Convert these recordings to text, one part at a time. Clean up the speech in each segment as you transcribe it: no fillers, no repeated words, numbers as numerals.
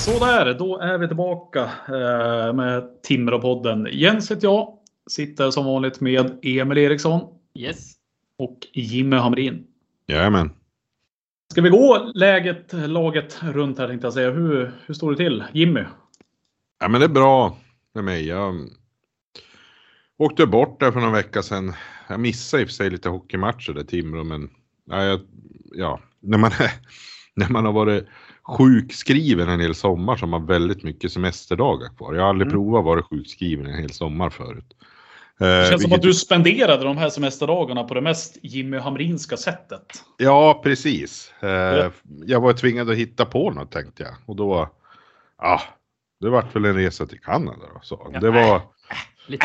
Så där, då är vi tillbaka med Timrå-podden. Jens heter jag, sitter som vanligt med Emil Eriksson. Yes. Och Jimmy Hamrin. Jajamän. Ska vi gå laget runt här, tänkte jag säga. Hur står det till, Jimmy? Ja, men det är bra med mig. Jag åkte bort där för några vecka sedan. Jag missade i och för sig lite hockeymatcher där Timrå, men när man har varit sjukskriven en hel sommar så har man väldigt mycket semesterdagar kvar. Jag har aldrig provat att vara sjukskriven en hel sommar förut. Det känns som att du spenderade de här semesterdagarna på det mest Jimmy Hamrinska sättet. Ja, precis. Jag var tvingad att hitta på något, tänkte jag. Och då, det var väl en resa till Kanada då. Så det var... Lite.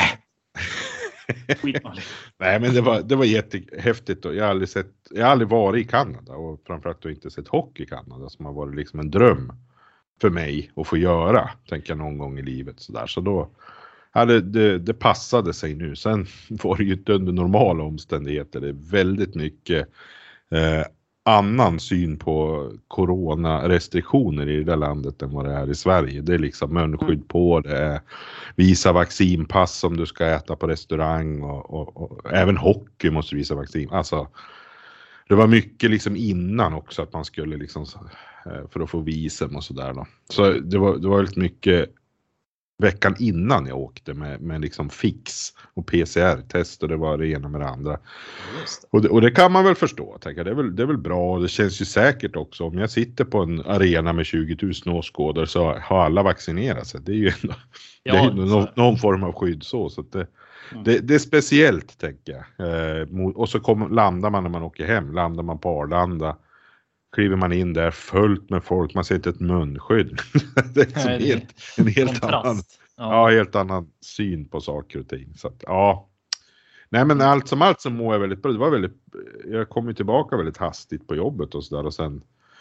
Nej, men det var jättehäftigt. Och jag har aldrig varit i Kanada. Och framförallt har jag inte sett hockey i Kanada, som har varit liksom en dröm för mig att få göra, tänker jag, någon gång i livet. Så då... Det passade sig nu. Sen var det ju inte under normala omständigheter. Det är väldigt mycket annan syn på coronarestriktioner i det där landet än vad det är i Sverige. Det är liksom munskydd på, det är visa vaccinpass om du ska äta på restaurang och även hockey måste visa vaccin. Alltså, det var mycket liksom innan också att man skulle liksom för att få visum och sådär då. Så det var väldigt mycket veckan innan jag åkte med liksom fix och PCR-test, och det var det ena med det andra. Och det kan man väl förstå, tänker jag. Det är väl bra, och det känns ju säkert också. Om jag sitter på en arena med 20 000 åskådare så har alla vaccinerat sig. Det är ju ändå, det är någon form av skydd så att det är speciellt, tänker jag. Och så landar man när man åker hem. Landar man på Arlanda, kliver man in där fullt med folk, man ser inte ett munskydd. Det är en helt annan, helt annan syn på saker och ting. Så att, nej, men allt som allt så mår jag väldigt bra. Jag kom ju tillbaka väldigt hastigt på jobbet och sådär, och sen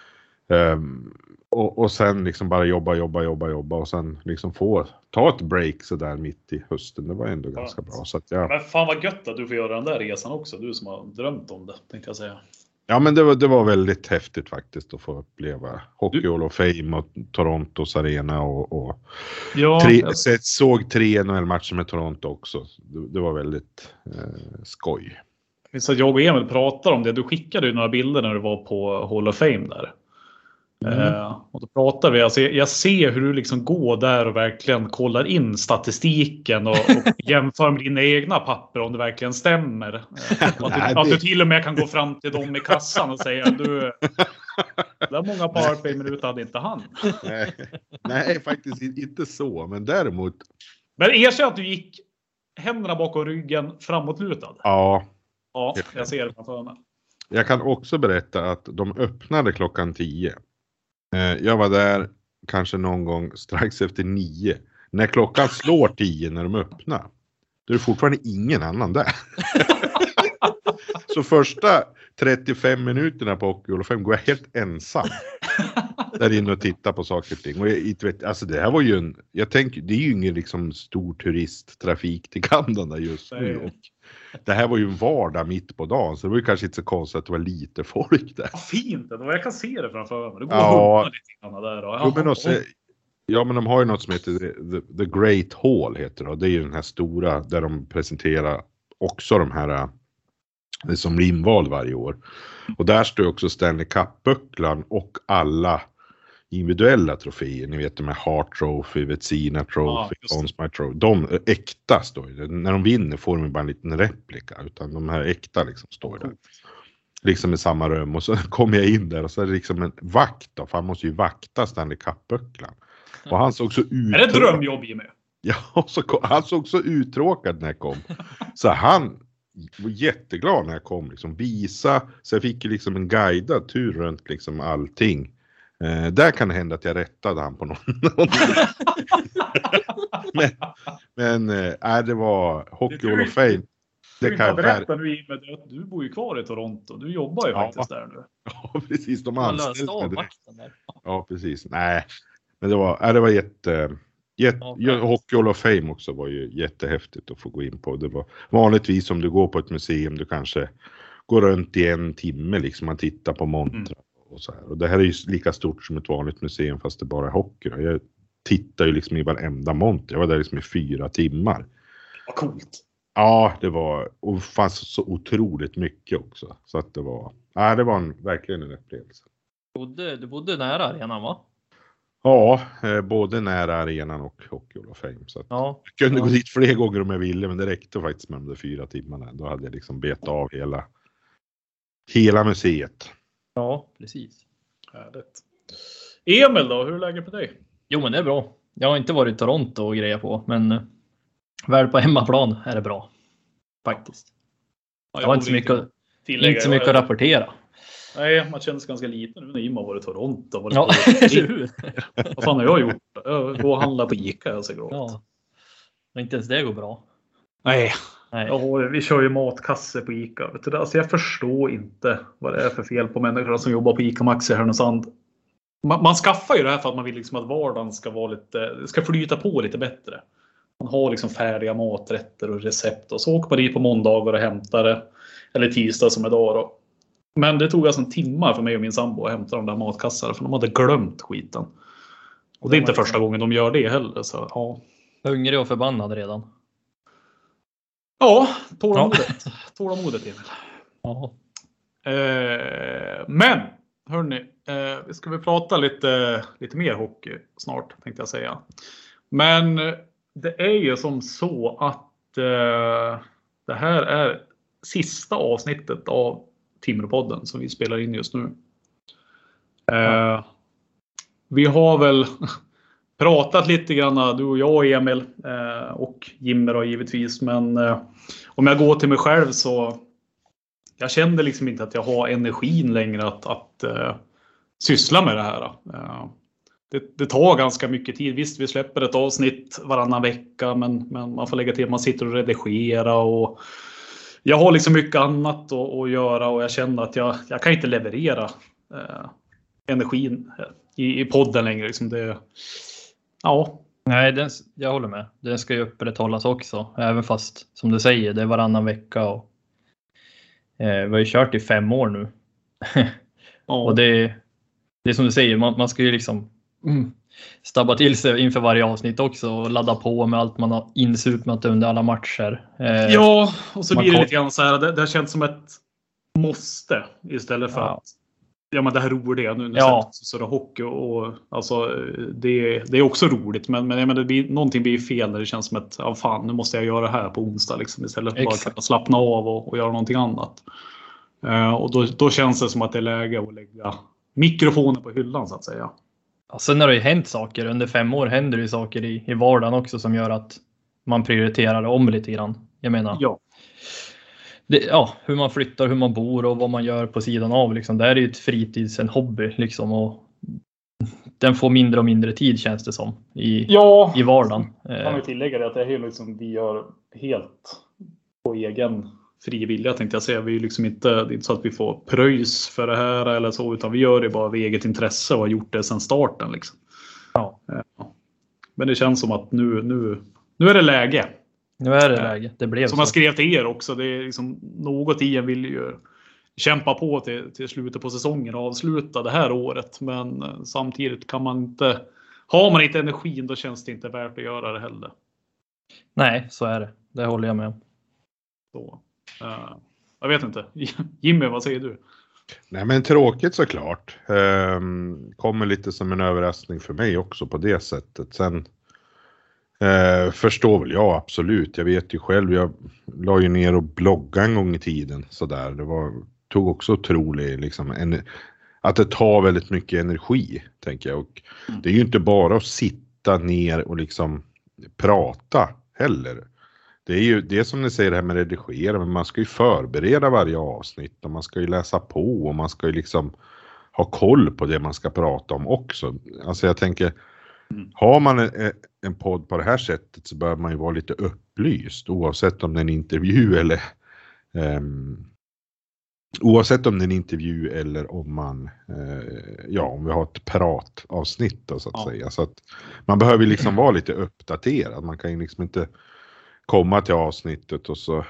och sen liksom bara jobba och sen liksom få ta ett break så där mitt i hösten. Det var ändå ganska bra. Så att, Men fan vad gött att du får göra den där resan också. Du som har drömt om det, tänkte jag säga. Ja, men det var väldigt häftigt faktiskt att få uppleva Hockey Hall of Fame och Torontos arena och såg 3 NHL-matcher med Toronto också. Det var väldigt skoj. Så jag och Emil pratar om det. Du skickade ju några bilder när du var på Hall of Fame där. Och då pratar vi, alltså jag ser hur du liksom går där och verkligen kollar in statistiken och jämför med dina egna papper om det verkligen stämmer. Att du till och med kan gå fram till dem i kassan och säga du, där många powerplay-minuter hade inte han. Nej, faktiskt inte så, men däremot. Men erkänn att du gick händerna bakom ryggen framåtlutad. Ja, jag ser det framför mig. Jag kan också berätta att de öppnade klockan 10. Jag var där kanske någon gång strax efter 9. När klockan slår 10 när de öppnar, då är det fortfarande ingen annan där. Så första 35 minuterna på Hockey Hall of Fame går jag helt ensam där inne och tittar på saker och ting. Och alltså det här var ju jag tänker, det är ju ingen liksom stor turisttrafik till Kanada just nu. Och det här var ju en vardag mitt på dagen, så det var ju kanske inte så konstigt att det var lite folk där. Fint, jag kan se det framför mig. Det går lite grann där då. Men de har ju något som heter The Great Hall heter det. Det är ju den här stora där de presenterar också de här som blir invald varje år. Och där står också Stanley Cup-bucklan och alla individuella troféer. Ni vet de här Hart Trophy, Vetsina Trophy, Conn Smythe Trophy. De äkta står ju. När de vinner får de bara en liten replika. Utan de här äkta liksom står där. Liksom i samma rum. Och så kommer jag in där och så är det liksom en vakt då. För han måste ju vakta Stanley Cup-bucklan. Och han såg så uttråkad. Är det drömjobb, Jimmy? Ja, han såg så uttråkad när jag kom. Så han var jätteglad när jag kom. Liksom visa. Så jag fick ju liksom en guidad tur runt liksom allting. Där kan det hända att jag rättade han på någon. men det var Hockey Hall of Fame. Det kan jag berätta nu, Jimmy, att du bor ju kvar i Toronto. Du jobbar ju faktiskt där nu. Ja, precis. De anställde. Ja, precis. Nej, men det var Hockey Hall of Fame också var ju jättehäftigt att få gå in på. Det var vanligtvis om du går på ett museum, du kanske går runt i 1 timme liksom, man tittar på montrar och så här. Och det här är ju lika stort som ett vanligt museum fast det bara är hockey. Jag tittar ju liksom i varenda monter. Jag var där liksom i 4 timmar. Vad coolt. Ja, det var, och fanns så otroligt mycket också. Så att det var verkligen en upplevelse. Du bodde nära arenan, va? Ja, både nära arenan och Hockey Hall of Fame. Så att jag kunde gå dit fler gånger om jag ville, men det räckte faktiskt med de där 4 timmarna. Då hade jag liksom betat av hela museet. Ja, precis. Härligt. Emil då, hur är läget på dig? Jo, men det är bra. Jag har inte varit i Toronto och grejer på, men väl på hemmaplan är det bra. Faktiskt. Ja, jag har inte så mycket att rapportera. Nej, man känns ganska liten nu när Imma var i Toronto. Ja, eller hur? Vad fan har jag gjort? Jag går och handlar på Ica. Jag ser ja. Men inte ens det går bra. Nej. Vi kör ju matkasse på Ica. Vet du? Alltså jag förstår inte vad det är för fel på människor som jobbar på Ica Maxi i Härnösand. Man skaffar ju det här för att man vill liksom att vardagen ska flyta på lite bättre. Man har liksom färdiga maträtter och recept och så åker man dit på måndagar och hämtar det. Eller tisdag som idag då. Men det tog alltså en timme för mig och min sambo att hämta de där matkassarna för de hade glömt skiten. Och det är inte första gången de gör det heller. Så, ja. Hungrig och förbannad redan. Ja, tålamodet Emil. Ja. Men, hörni, vi ska väl prata lite mer hockey snart tänkte jag säga. Men det är ju som så att det här är sista avsnittet av Timråpodden som vi spelar in just nu. Vi har väl pratat lite grann, du och jag och Emil och Jimmer då givetvis, men om jag går till mig själv så jag kände liksom inte att jag har energin längre att syssla med det här. Det tar ganska mycket tid. Visst, vi släpper ett avsnitt varannan vecka, men man får lägga till att man sitter och redigerar och jag har liksom mycket annat att göra och jag känner att jag kan inte leverera energin i podden längre. Liksom det, ja. Nej, jag håller med. Den ska ju upprätthållas också. Även fast, som du säger, det är varannan vecka. Och, vi har ju kört i 5 år nu. Ja. Och det är som du säger, man ska ju liksom stabba till sig inför varje avsnitt också och ladda på med allt man har insupnat under alla matcher. Ja, och så blir det lite grann så här, det har känts som ett måste istället för att men det här roliga nu så det hockey och alltså det är också roligt men det blir, någonting blir fel när det känns som att fan, nu måste jag göra det här på onsdag liksom, istället för bara att slappna av och göra någonting annat. Och då känns det som att det är läge att lägga mikrofonen på hyllan så att säga. Ja, sen har det ju hänt saker. Under 5 år händer det ju saker i vardagen också som gör att man prioriterar om lite grann. Jag menar, hur man flyttar, hur man bor och vad man gör på sidan av. Liksom. Det här är ju ett fritids, en hobby. Liksom, och den får mindre och mindre tid känns det som i vardagen. Kan man tillägga det att det är liksom, vi gör helt på egen frivilliga tänkte jag säga. Vi är liksom inte, det är inte så att vi får pröjs för det här eller så, utan vi gör det bara av eget intresse och har gjort det sedan starten liksom. Ja. Men det känns som att nu är det läge. Nu är det läge. Det blev som jag skrev till er också, det är liksom något i en vill ju kämpa på till slutet på säsongen och avsluta det här året, men samtidigt kan man inte, har man inte energin då känns det inte värt att göra det heller. Nej, så är det. Det håller jag med om. Så. Jag vet inte. Jimmy, vad säger du? Nej, men tråkigt såklart. Kommer lite som en överraskning för mig också på det sättet. Sen förstår väl jag absolut. Jag vet ju själv, jag la ju ner och blogga en gång i tiden. Så där. Tog också otroligt liksom, att det tar väldigt mycket energi, tänker jag. Och det är ju inte bara att sitta ner och liksom prata heller. Det är ju det som ni säger det här med redigera, men man ska ju förbereda varje avsnitt och man ska ju läsa på och man ska ju liksom ha koll på det man ska prata om också. Alltså jag tänker, har man en podd på det här sättet så bör man ju vara lite upplyst oavsett om det är en intervju eller om man om vi har ett pratavsnitt då, så att säga. Så att man behöver liksom vara lite uppdaterad. Man kan ju liksom inte komma till avsnittet och så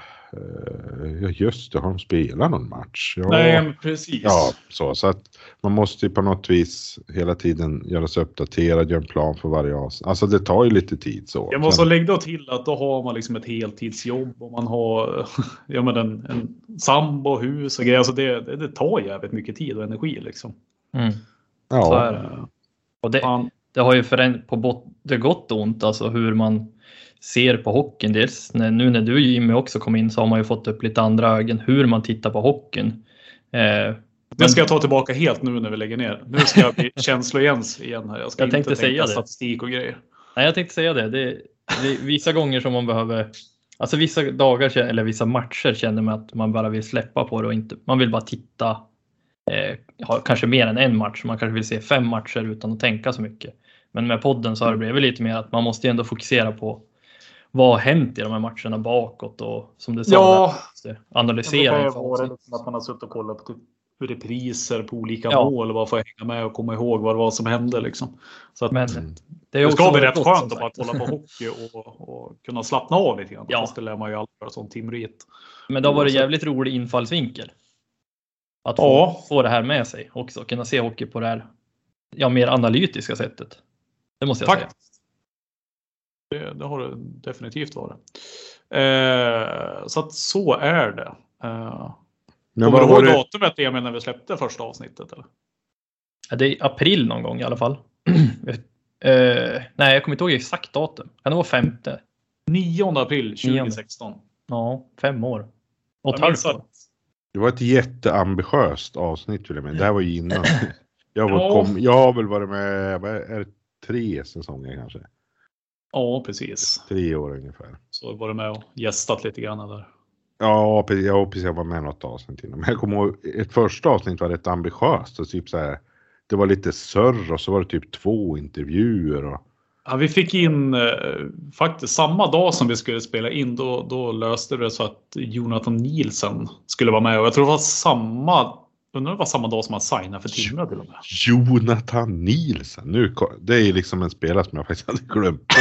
just det, har de spelat någon match? Ja. Nej, precis. Ja, så att man måste ju på något vis hela tiden göra sig uppdaterad, göra en plan för varje avsnitt. Alltså det tar ju lite tid så. Jag måste lägga då till att då har man liksom ett heltidsjobb och man har en sambo, hus och grejer. Alltså det tar jävligt mycket tid och energi liksom. Ja. Så är det. Och det har ju på det gott och ont, alltså hur man ser på hockeyn. Dels nu när du Jimmy också kom in så har man ju fått upp lite andra ögon hur man tittar på hockeyn. Det ska jag ta tillbaka helt nu när vi lägger ner. Nu ska jag bli känslogens igen här. Jag ska inte tänka statistik och grejer. Nej, jag tänkte säga det. Det är vissa gånger som man behöver, alltså vissa dagar eller vissa matcher känner man att man bara vill släppa på det och inte, man vill bara titta kanske mer än en match. Man kanske vill se 5 matcher utan att tänka så mycket. Men med podden så har det blivit lite mer att man måste ändå fokusera på vad har hänt i de här matcherna bakåt och som du sa, analysera. Det var liksom att man har suttit och kollat på typ repriser på olika mål och bara få hänga med och komma ihåg vad det var som hände liksom. Så att, men det ska bli rätt skönt att bara kolla på hockey och kunna slappna av lite grann. Ja. Fast det lär man ju aldrig göra sån timrit. Men det har varit jävligt rolig infallsvinkel. Att få det här med sig också. Kunna se hockey på det här mer analytiska sättet. Det måste jag säga. Det har det definitivt varit. Så att så är det. Men vad var datumet Emil när vi släppte första avsnittet? Eller? Det är april någon gång i alla fall. Nej, jag kommer inte ihåg exakt datum. Kan det vara 5:e? 9 april 2016. Ja, 5 år. Och ett halvt år. Det var ett jätteambitiöst avsnitt. Det här var ju innan. Jag har väl varit med, är det 3 säsonger kanske? Ja, precis. 3 år ungefär. Så var det med och gästat lite grann där. Ja, jag var med något avsnitt innan. Men jag kommer ihåg, ett första avsnitt var rätt ambitiöst. Och typ så här, det var lite surr och så var det typ 2 intervjuer. Och... Ja, vi fick in faktiskt samma dag som vi skulle spela in. Då löste det så att Jonathan Nielsen skulle vara med. Och jag tror det var samma dag som han signade för Timrå till och med. Jonathan Nielsen. Det är liksom en spelare som jag faktiskt hade glömt på.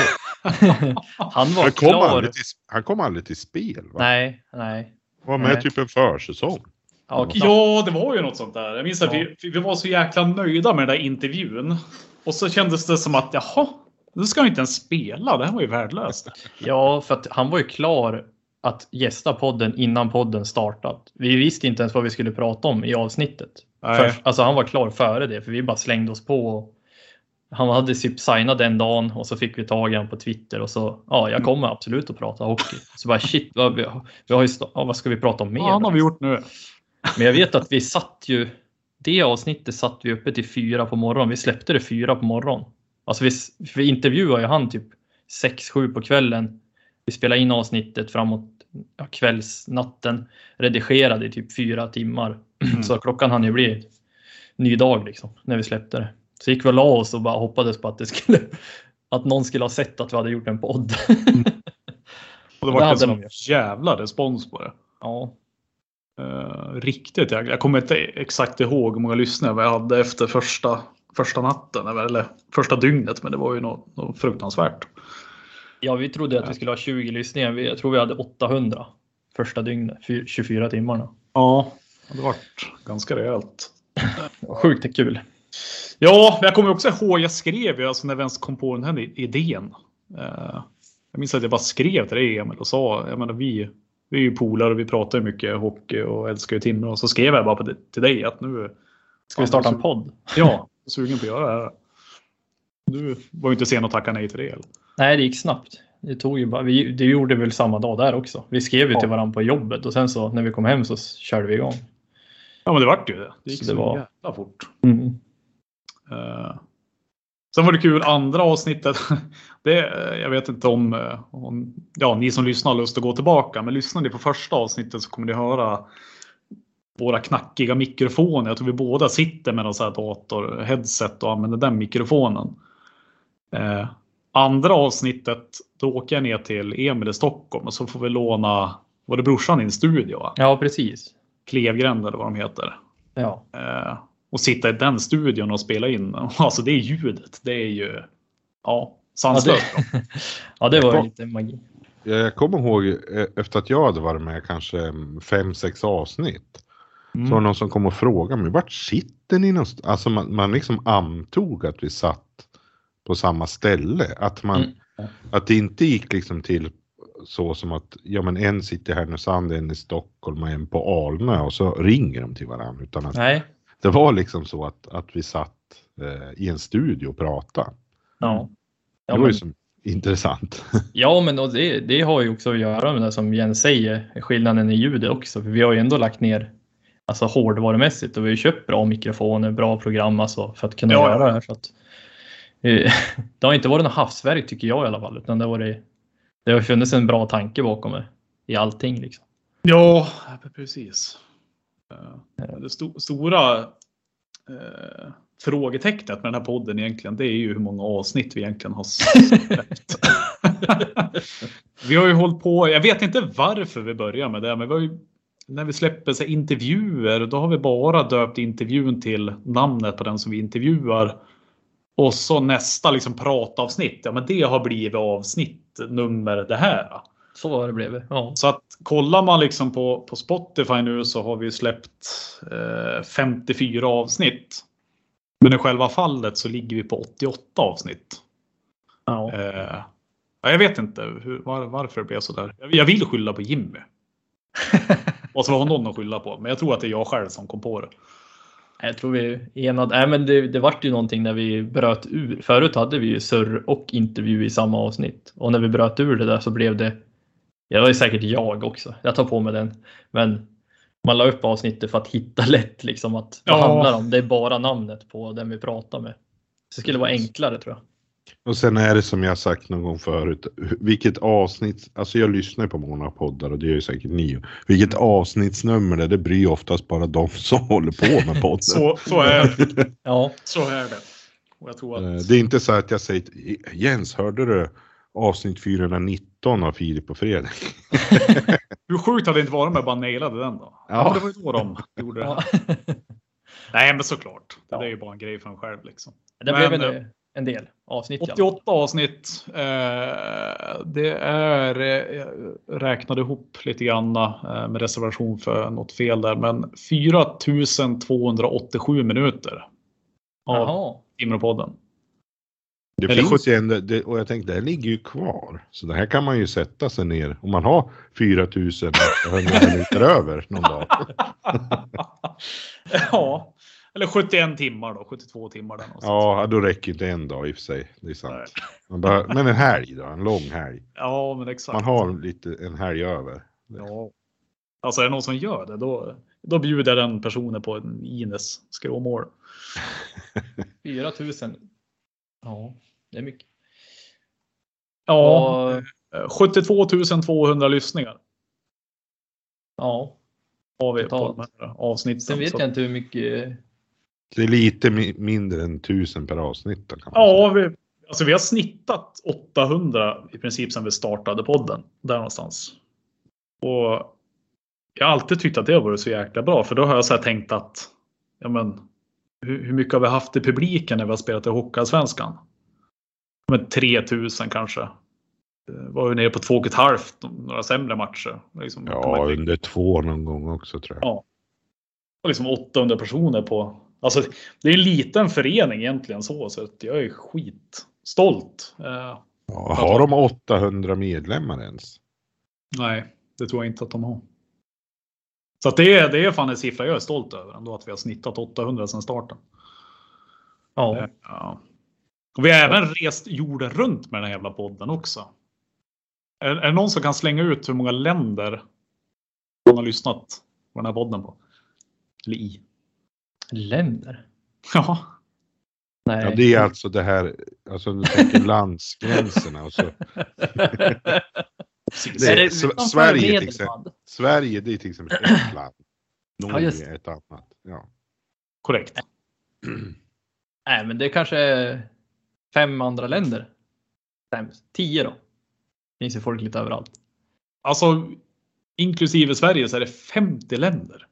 Han kom aldrig till spel, va? Nej. Var med typ en försäsong. Ja, det var ju något sånt där. Jag minns att vi var så jäkla nöjda med den där intervjun. Och så kändes det som att, nu ska han inte ens spela. Det här var ju värdelöst. Ja, för att han var ju klar att gästa podden innan podden startat. Vi visste inte ens vad vi skulle prata om i avsnittet. Alltså han var klar före det, för vi bara slängde oss på. Han hade typ signat den dagen och så fick vi tag i honom på Twitter och så, jag kommer absolut att prata hockey. Så bara shit, vad ska vi prata om mer? Ja, har vi gjort nu. Men jag vet att det avsnittet satt vi uppe till 4 på morgonen. Vi släppte det 4 på morgonen. Alltså vi intervjuade ju han typ 6-7 på kvällen. Vi spelade in avsnittet framåt kvällsnatten. Redigerade i typ 4 timmar. Så klockan hann ju bli ny dag liksom, när vi släppte det. Så gick vi och la oss och bara hoppades på att någon skulle ha sett att vi hade gjort en podd. Och det var en sån jävla respons på det. Ja. Riktigt. Jag kommer inte exakt ihåg hur många lyssnare jag hade efter första natten eller första dygnet, men det var ju något fruktansvärt. Ja, vi trodde att vi skulle ha 20 lyssningar. Jag tror vi hade 800 första dygnet, 24 timmarna. Ja, det var ganska rejält. Sjukt kul. Ja, men jag kommer också ihåg, jag skrev ju alltså när vi ens kom på den här idén. Jag minns att jag bara skrev till dig Emil och sa, jag menar vi är ju polare och vi pratar ju mycket hockey och älskar ju Timrå. Och så skrev jag bara till dig att nu ska vi starta en podd. Ja, sugen på att göra det här. Du var ju inte sen att tacka nej till det. Eller? Nej, det gick snabbt. Det tog ju bara, det gjorde väl samma dag där också. Vi skrev ju till varandra på jobbet och sen så när vi kom hem så körde vi igång. Ja, men det vart ju det. Det gick så jävla fort. Sen var det kul andra avsnittet. Jag vet inte om ni som lyssnar har lust att gå tillbaka. Men lyssnar ni på första avsnittet så kommer ni höra våra knackiga mikrofoner. Jag tror vi båda sitter med någon sån här dator-headset och använder den mikrofonen. Andra avsnittet, då åker jag ner till Emil i Stockholm och så får vi låna, var det brorsan i en studio? Va? Ja, precis. Klevgränd eller vad de heter. Ja. Och sitta i den studion och spela in. Alltså det är ljudet. Det är ju sanslöst. Ja, det var lite magi. jag kommer ihåg efter att jag hade varit med kanske 5-6 avsnitt. Så var det någon som kom och frågade mig, vart sitter ni någonstans? Alltså man liksom antog att vi satt på samma ställe. Att det inte gick liksom till så som att ja, men en sitter i Härnösand, en i Stockholm och en på Alnö och så ringer de till varandra. Utan att det var liksom så att vi satt i en studio och pratade. Ja. Det var ju som intressant. Ja, men det har ju också att göra med det som Jens säger, skillnaden i ljudet också. För vi har ju ändå lagt ner alltså hårdvarumässigt och vi har ju köpt bra mikrofoner, bra program alltså, för att kunna göra det här. Så att, det har inte varit något havsverk tycker jag i alla fall, utan det har funnits en bra tanke bakom det i allting liksom. Ja, precis. Det stora frågetecknet med den här podden egentligen, det är ju hur många avsnitt vi egentligen har släppt. Vi har ju hållit på, jag vet inte varför vi börjar med det, men vi har ju, när vi släpper så intervjuer, då har vi bara döpt intervjun till namnet på den som vi intervjuar. Och så nästa liksom pratavsnitt, ja men det har blivit avsnitt nummer det här. Så har det blivit, ja. Så att kollar man liksom på Spotify nu så har vi släppt 54 avsnitt. Men i själva fallet så ligger vi på 88 avsnitt. Ja. Jag vet inte varför det blev så där. Jag vill skylla på Jimmy. Och så var någon att skylla på. Men jag tror att det är jag själv som kom på det. Jag tror vi enade. Nej, men det vart ju någonting när vi bröt ur. Förut hade vi ju surr och intervju i samma avsnitt. Och när vi bröt ur det där så blev det. Det var ju säkert jag också. Jag tar på mig den. Men man la upp avsnittet för att hitta lätt liksom att vad handlar om. Det är bara namnet på den vi pratar med. Så det skulle vara enklare tror jag. Och sen är det som jag sagt någon gång förut, vilket avsnitt, alltså jag lyssnar på många poddar och det gör ju säkert ni. Vilket avsnittsnummer det bryr oftast bara de som håller på med podden. så är det. Ja, så är det. Och jag tror att... Det är inte så att jag säger, Jens, hörde du avsnitt 419 av Filip och Fredrik? Hur sjukt hade det inte varit med att bara nailade den då? Ja, det var ju då de gjorde det. Nej, men såklart. Det är ju bara en grej för en själv liksom. Det blev en del avsnitt. 88 avsnitt. Det är, jag räknade ihop lite grann med reservation för något fel där. Men 4287 minuter av Timråpodden. Det finns ju och jag tänkte, det ligger ju kvar. Så det här kan man ju sätta sig ner. Om man har 4800 minuter över någon dag. Ja. Eller 71 timmar då, 72 timmar. Ja, då räcker inte en dag i och för sig. Det är sant. Men en helg då, en lång helg. Ja, men exakt. Man har en helg över. Ja. Alltså är det någon som gör det, då bjuder den personen på en Ines skråmål. 4000. Ja, det är mycket. Ja, 72 200 lyssningar. Ja. Har vi på de här avsnitten. Sen vet jag inte hur mycket... Det är lite mindre än 1000 per avsnitt. Kan man säga. Vi har snittat 800 i princip sedan vi startade podden. Där någonstans. Och jag har alltid tyckt att det har varit så jäkla bra. För då har jag så här tänkt att ja, men, hur mycket har vi haft i publiken när vi har spelat i Hockeyallsvenskan? Men 3000 kanske. Var ju nere på 2,5 några sämre matcher. Liksom, ja, under 2 någon gång också tror jag. Ja. Och liksom 800 personer på... Alltså, det är en liten förening egentligen så att jag är skitstolt. Ja, har de 800 medlemmar ens? Nej, det tror jag inte att de har. Så att det är fan en siffra jag är stolt över ändå, att vi har snittat 800 sedan starten. Ja. Och vi har även rest jorden runt med den här jävla podden också. Är det någon som kan slänga ut hur många länder man har lyssnat på den här podden på? Eller i? Länder? Ja. Nej. Ja, det är alltså det här, alltså du tänker landsgränserna och så. Sverige till exempel. Sverige, det är till exempel ett land. Norge är ett annat. Ja. Korrekt. Nej, men det är kanske 5 andra länder. 10 då. Finns ju folk lite överallt. Alltså, inklusive Sverige så är det 50 länder.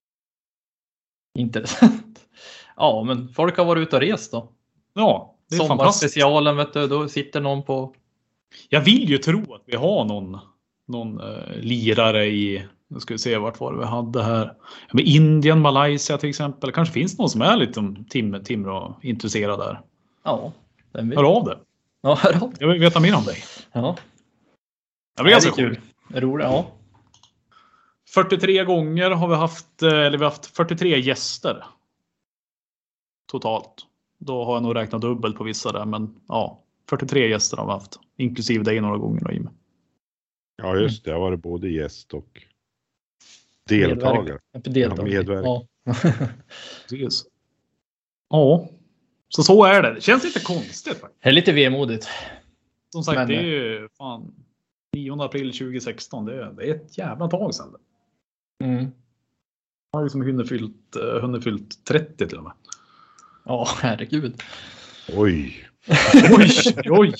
Intressant. Ja, men folk har varit ute och rest då. Ja, det är fantastiskt. Sommarspecialen, vet du, då sitter någon på Jag vill ju tro att vi har någon lirare i, nu ska vi se vart var det vi hade här. Med Indien, Malaysia till exempel. Kanske finns någon som är lite Timrå intresserad där. Ja, den vill. Hör av det. Ja, hör av det. Jag vill veta mer om dig. Ja. Det blir ganska kul. Roligt, ja. 43 gånger har vi haft 43 gäster. Totalt. Då har jag nog räknat dubbelt på vissa där, men ja, 43 gäster har vi haft. Inklusive dig några gånger då, Jimmy. Ja, just det. Jag var både gäst och deltagare. Medverkare. Ja. Precis. Ja, så är det. Det känns lite konstigt faktiskt. Det är lite vemodigt. Som sagt, det är ju fan 9 april 2016. Det är ett jävla tag sedan. Mm. Jag har liksom hunnit fyllt 30 till och med. Ja, herregud. Oj. Oj.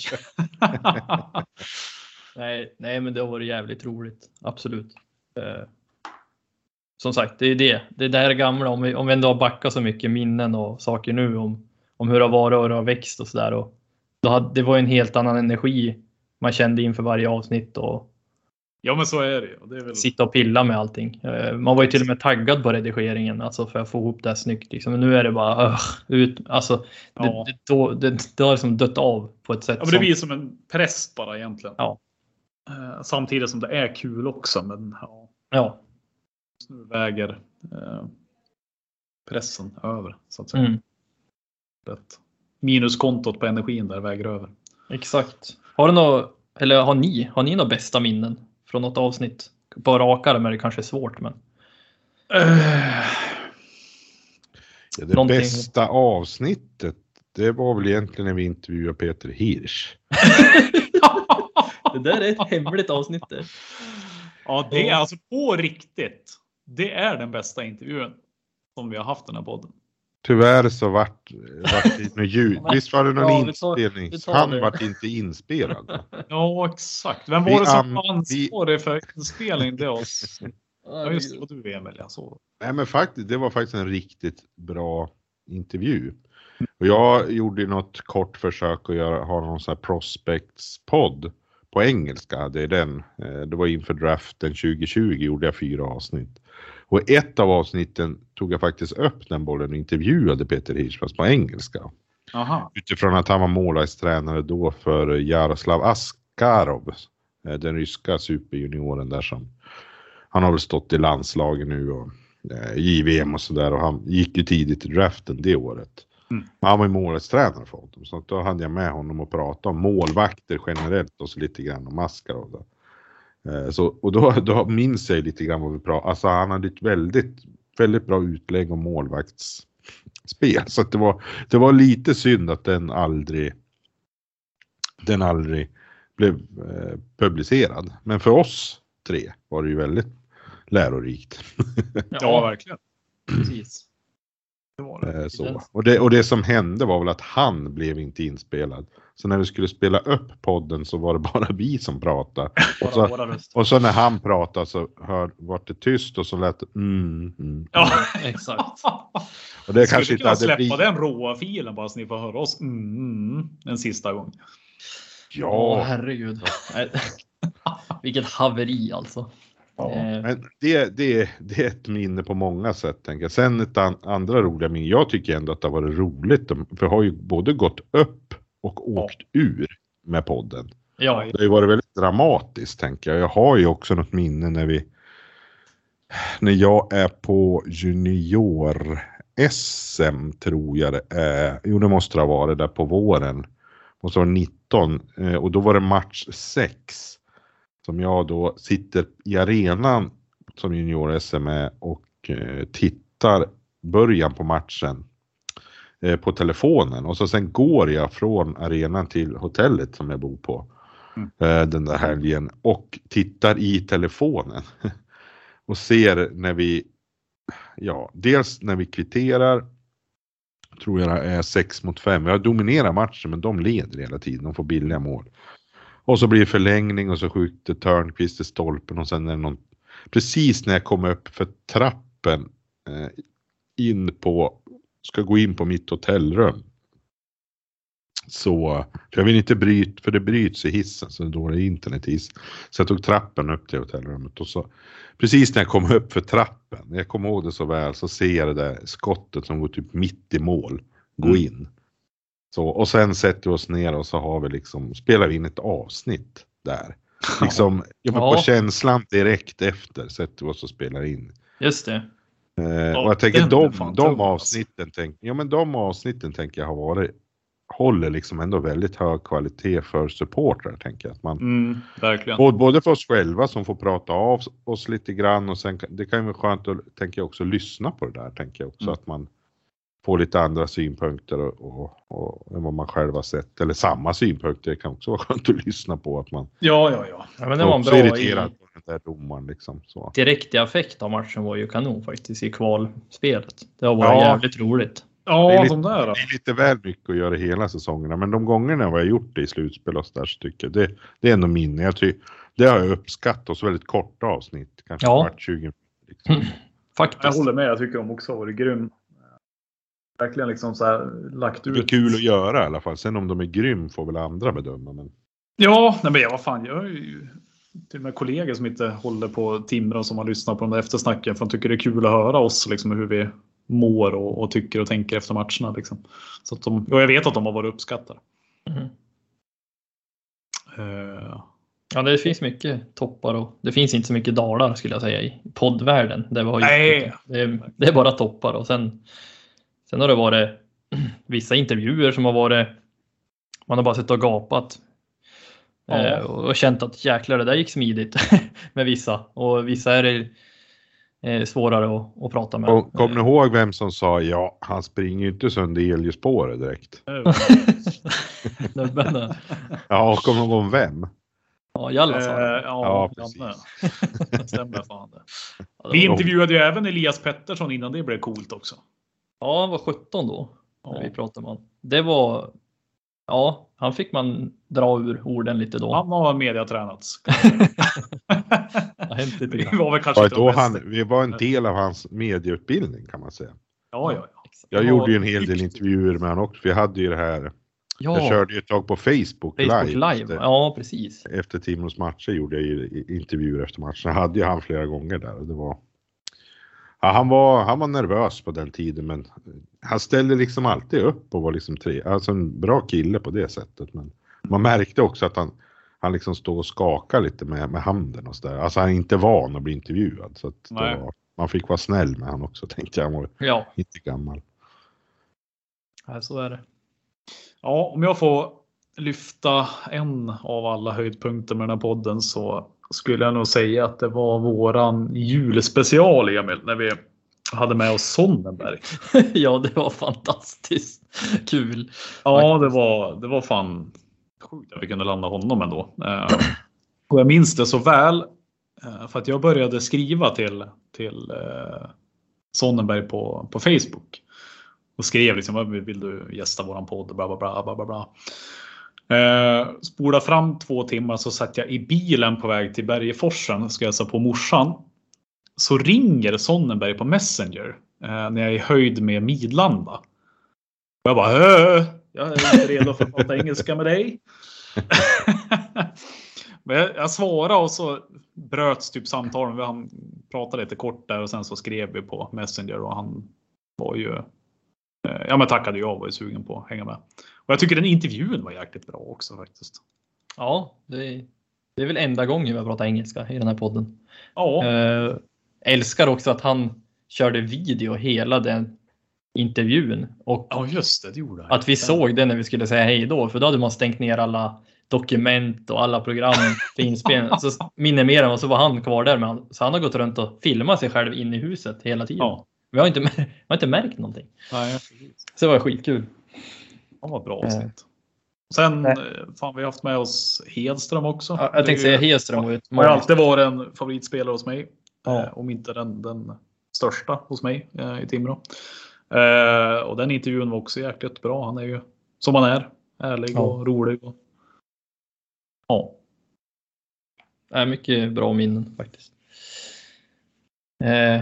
nej, men det har varit jävligt roligt. Absolut. Som sagt, det är det. Det där gamla, om vi ändå har backat så mycket minnen och saker nu om hur det har varit och hur det har växt och sådär. Det var en helt annan energi man kände inför varje avsnitt och ja, men så är det. Det är väl... sitta och pilla med allting. Man var ju till och med taggad på redigeringen, alltså för att få ihop det här snyggt. Liksom. Men nu är det bara ut. Alltså, ja. det har liksom dött av på ett sätt. Ja, men det blir som en press bara egentligen. Ja. Samtidigt som det är kul också. Men ja. Nu väger pressen över, så att säga. Mm. Minuskontot på energin där väger över. Exakt. Har ni några bästa minnen från något avsnitt? På rakare, men det kanske är svårt, men det bästa avsnittet, det var väl egentligen när vi intervjuade Peter Hirsch. Det där är ett hemligt avsnitt där. Ja, det är alltså på riktigt. Det är den bästa intervjun som vi har haft den här podden. Tyvärr så vart det något ljud. Visst var det någon inspelning? Han vart inte inspelad. Ja, exakt. Vem var det som var ansvarig för inspelning? Det är oss. Ja, just det, var du, Emil. Jag såg. Nej, men faktiskt, det var faktiskt en riktigt bra intervju. Och jag gjorde något kort försök att ha någon sån här prospects-podd på engelska. Det var inför draften 2020 gjorde jag 4 avsnitt. Och ett av avsnitten tog jag faktiskt upp den bollen och intervjuade Peter Hirsch på engelska. Aha. Utifrån att han var målvaktstränare då för Jaroslav Askarov, den ryska superjunioren där som han har väl stått i landslagen nu och JVM och sådär, och han gick ju tidigt i draften det året. Han var ju målvaktstränare för honom, så då hade jag med honom och prata om målvakter generellt och så lite grann om Askarov då. Och då minns jag lite grann vad vi pratade. Alltså han hade ett väldigt, väldigt bra utlägg om målvaktsspel. Så att det var lite synd att den aldrig blev publicerad. Men för oss 3 var det ju väldigt lärorikt. Ja, verkligen. Precis. Det var det. Så. Och det som hände var väl att han blev inte inspelad. Så när vi skulle spela upp podden så var det bara vi som pratade. Och så när han pratade så var det tyst och så lät det Ja, exakt. Och det kanske inte hade släppa den råa filen bara så ni får höra oss en sista gång. Ja, herregud. Vilket haveri alltså. Ja, men det är ett minne på många sätt, tänker jag. Sen ett andra roliga minne. Jag tycker ändå att det var roligt. För jag har ju både gått upp och åkt ur med podden. Ja. Det har ju varit väldigt dramatiskt, tänker jag. Jag har ju också något minne när jag är på junior-SM, tror jag det är. Jo, det måste ha varit där på våren. Måste vara 19. Och då var det match 6. Som jag då sitter i arenan som junior-SM och tittar början på matchen på telefonen. Och så sen går jag från arenan till hotellet som jag bor på den där helgen. Och tittar i telefonen. Och ser när dels när vi kvitterar. Tror jag det är 6-5. Jag dominerar matchen, men de leder hela tiden. De får billiga mål. Och så blir det förlängning och så skjuter Törnqvist i stolpen och sen är det någon, precis när jag kommer upp för trappen ska gå in på mitt hotellrum. Så jag vill inte bryta, för det bryts i hissen, så då är det internethiss. Så jag tog trappen upp till hotellrummet och så precis när jag kom upp för trappen, jag kommer ihåg det så väl, så ser jag det där skottet som går typ mitt i mål gå in. Så, och sen sätter vi oss ner och så har vi liksom, spelar vi in ett avsnitt där. Liksom, på känslan direkt efter sätter vi oss och spelar in. Just det. Och jag tänker de avsnitten tänker jag håller liksom ändå väldigt hög kvalitet för supportrar, tänker jag. Att man, verkligen. Både för oss själva som får prata av oss lite grann, och sen det kan ju vara skönt att, tänker jag, också lyssna på det där, tänker jag också, att man får lite andra synpunkter och vad man själv har sett, eller samma synpunkter. Det kan också vara skönt att lyssna på, att man ja, men det var också bra irriterad på den där domaren liksom, så. Direkt i affekt av matchen var ju kanon faktiskt i kvalspelet. Det har varit jävligt roligt. Ja, det är lite väl mycket att göra hela säsongerna, men de gångerna jag har gjort det i slutspel och så där, så tycker jag det är ändå minne. Jag tycker det har jag uppskattat, och så väldigt korta avsnitt, kanske 20 liksom. Faktiskt. Jag håller med, jag tycker de också har varit grym. Verkligen liksom så här lagt ut. Det är kul att göra i alla fall. Sen om de är grym får väl andra bedöma, men ja, nej, men vad fan, jag har ju till och med kollegor som inte håller på Timrå som har lyssnat på de där eftersnacken, för de tycker det är kul att höra oss liksom, hur vi mår och tycker och tänker efter matcherna liksom. Så att jag vet att de har varit uppskattade. Ja, det finns mycket toppar och det finns inte så mycket dalar, skulle jag säga, i poddvärlden. Det är bara toppar, och sen har det varit vissa intervjuer som har varit, man har bara suttit och gapat och känt att jäklar, det där gick smidigt med vissa, och vissa är det svårare att prata med. Och kom ni ihåg vem som sa han springer ju inte sönder elljusspåret direkt? Ja, kom ni ihåg vem? Ja, Jalla sa det. Ja, precis. Stämmer fan det. Vi intervjuade ju även Elias Pettersson innan det blev coolt också. Ja, han var 17 då. När vi pratade med honom. Det var... Ja, han fick man dra ur orden lite då. Han har mediatränats. Vi var en del av hans medieutbildning, kan man säga. Ja. Jag gjorde ju en hel del intervjuer med honom också. För jag hade ju det här... Jag körde ju ett tag på Facebook live. Ja, precis. Efter Timrås matcher gjorde jag ju intervjuer efter matchen. Jag hade ju han flera gånger där. Och det var... Ja, han var nervös på den tiden, men han ställde liksom alltid upp och var liksom alltså en bra kille på det sättet. Men man märkte också att han liksom stod och skakade lite med handen och så där. Alltså han är inte van att bli intervjuad, så att man fick vara snäll med han också, tänkte jag. Han var inte gammal. Ja, så är det. Ja, om jag får lyfta en av alla höjdpunkter med den här podden, så skulle jag nog säga att det var våran julspecial, Emil, när vi hade med oss Sonnenberg. Ja, det var fantastiskt kul. Ja, det var fan sjukt att vi kunde landa honom ändå. Och jag minns det så väl, för att jag började skriva till Sonnenberg på Facebook. Och skrev liksom, vill du gästa våran podd? Bla, bla, bla, bla, bla, bla. Spola fram 2 timmar, så satt jag i bilen på väg till Bergeforsen, ska jag säga, på morsan. Så ringer Sonnenberg på Messenger när jag är i höjd med Midlanda. Och jag bara, jag är inte redo för att prata engelska med dig. Men jag svarade, och så bröts typ samtalen. Han pratade lite kort där, och sen så skrev vi på Messenger, och han var ju... Ja, men tackade jag, var ju sugen på att hänga med. Och jag tycker den intervjun var jäkligt bra också faktiskt. Ja, det är väl enda gången vi har pratat engelska i den här podden. Ja. Älskar också att han körde video hela den intervjun. Och ja, just det gjorde han. Att vi såg det när vi skulle säga hej då. För då hade man stängt ner alla dokument och alla program för inspelning. Så minimerade, och så var han kvar där med han. Så han har gått runt och filmat sig själv in i huset hela tiden. Ja. Vi har inte märkt någonting. Nej, så det var skitkul. Det var bra avsnitt. Sen fan, vi har haft med oss Hedström också. Ja, jag tänkte säga Hedström. Har alltid varit en favoritspelare hos mig. Om inte den största hos mig i Timrå. Och den intervjun var också jäkligt bra. Han är ju som han är. Ärlig och rolig. Mycket bra minnen faktiskt.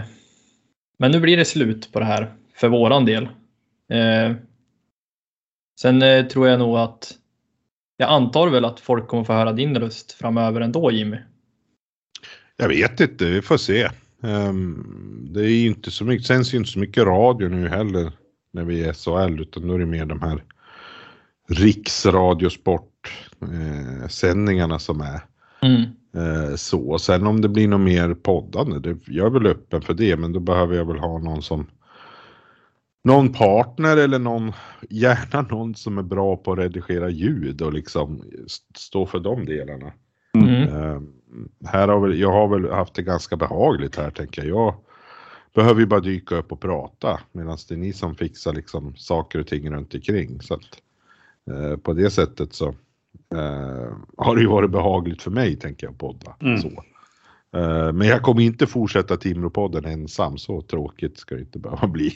Men nu blir det slut på det här för våran del. Sen tror jag nog att jag antar väl att folk kommer få höra din röst framöver ändå, Jimmy. Jag vet inte, vi får se. Det är ju inte så mycket, sänds ju inte så mycket radio nu heller när vi är SHL, utan då är det mer de här riksradiosport sändningarna som är. Så sen om det blir något mer poddande, jag är väl öppen för det, men då behöver jag väl ha någon partner eller gärna någon som är bra på att redigera ljud och liksom stå för de delarna. Jag har väl haft det ganska behagligt här, tänker jag behöver ju bara dyka upp och prata, medan det är ni som fixar liksom saker och ting runt omkring. Så att på det sättet så har det ju varit behagligt för mig, tänker jag, podda. Så. Men jag kommer inte fortsätta Timrå-podden ensam, så tråkigt ska det inte behöva bli.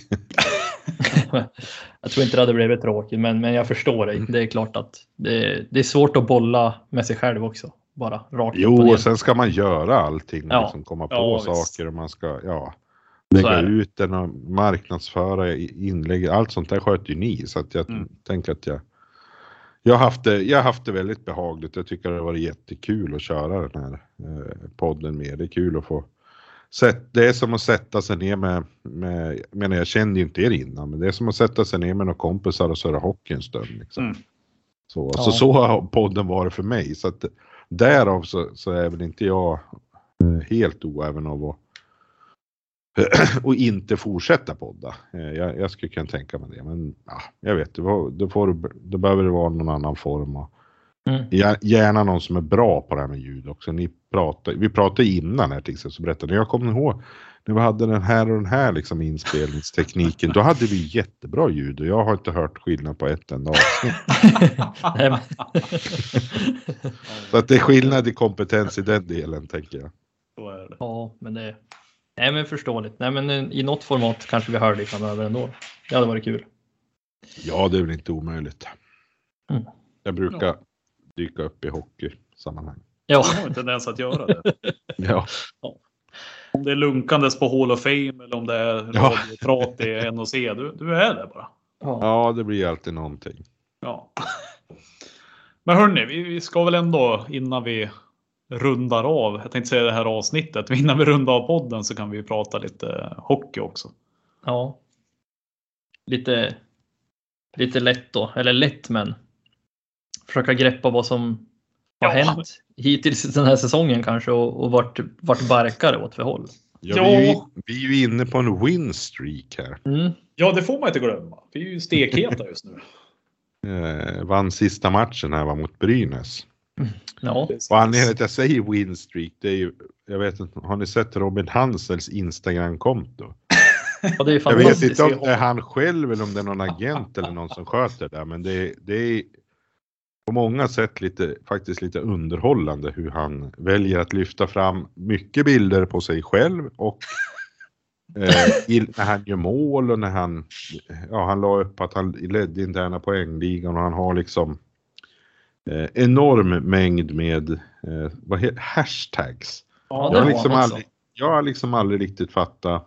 Jag tror inte det hade blivit tråkigt, men jag förstår dig. Det är klart att det är svårt att bolla med sig själv också. Bara rakt upp och ner. Och sen ska man göra allting, liksom komma på saker och man ska lägga ut den och marknadsföra inlägg. Allt sånt där sköter ju ni, så att jag tänker att jag har haft det väldigt behagligt. Jag tycker det har varit jättekul att köra den här podden med. Det är kul att få det är som att sätta sig ner med jag kände ju inte er innan, men det är som att sätta sig ner med några kompisar och köra hockey en stund liksom. Så har podden varit för mig, så att därav så är väl inte jag helt oäven av att och inte fortsätta podda. Jag skulle kunna tänka mig det, men jag vet, då behöver det vara någon annan form och gärna någon som är bra på det här med ljud också. Vi pratade innan här till exempel, så berättade jag kommer ihåg när vi hade den här liksom inspelningstekniken, då hade vi jättebra ljud och jag har inte hört skillnad på ett enda avsnitt. Så att det är skillnad i kompetens i den delen, tänker jag. Ja, men det är men förståeligt. Nej, men i något format kanske vi hör det framöver ändå. Det hade varit kul. Ja, det är väl inte omöjligt. Jag brukar dyka upp i hockeysammanhang. Jag har inte ens att göra det. Ja. Om det är lunkandes på Hall of Fame eller om det är radioprat i NOC, du är det bara. Ja, det blir alltid någonting. Ja. Men hörni, vi ska väl ändå, innan vi rundar av, jag tänkte säga det här avsnittet, innan vi rundar av podden så kan vi prata lite hockey också. Ja. Lite lätt då, eller lätt, men försöka greppa vad som har hänt hittills den här säsongen kanske, och vart barkar åt för håll. Vi är ju inne på en win streak här. Ja, det får man inte glömma. Vi är ju stekheta just nu. Vann sista matchen här var mot Brynäs. Ja. Och anledningen att jag säger win streak, det är ju, jag vet inte, har ni sett Robin Hansels Instagram-konto? Ja, det är jag vet inte om det är han själv eller om det är någon agent eller någon som sköter det, men det är på många sätt faktiskt lite underhållande hur han väljer att lyfta fram mycket bilder på sig själv och när han gör mål och när han la upp att han ledde interna poängligan, och han har liksom enorm mängd med hashtags. Ja, jag har liksom aldrig riktigt fatta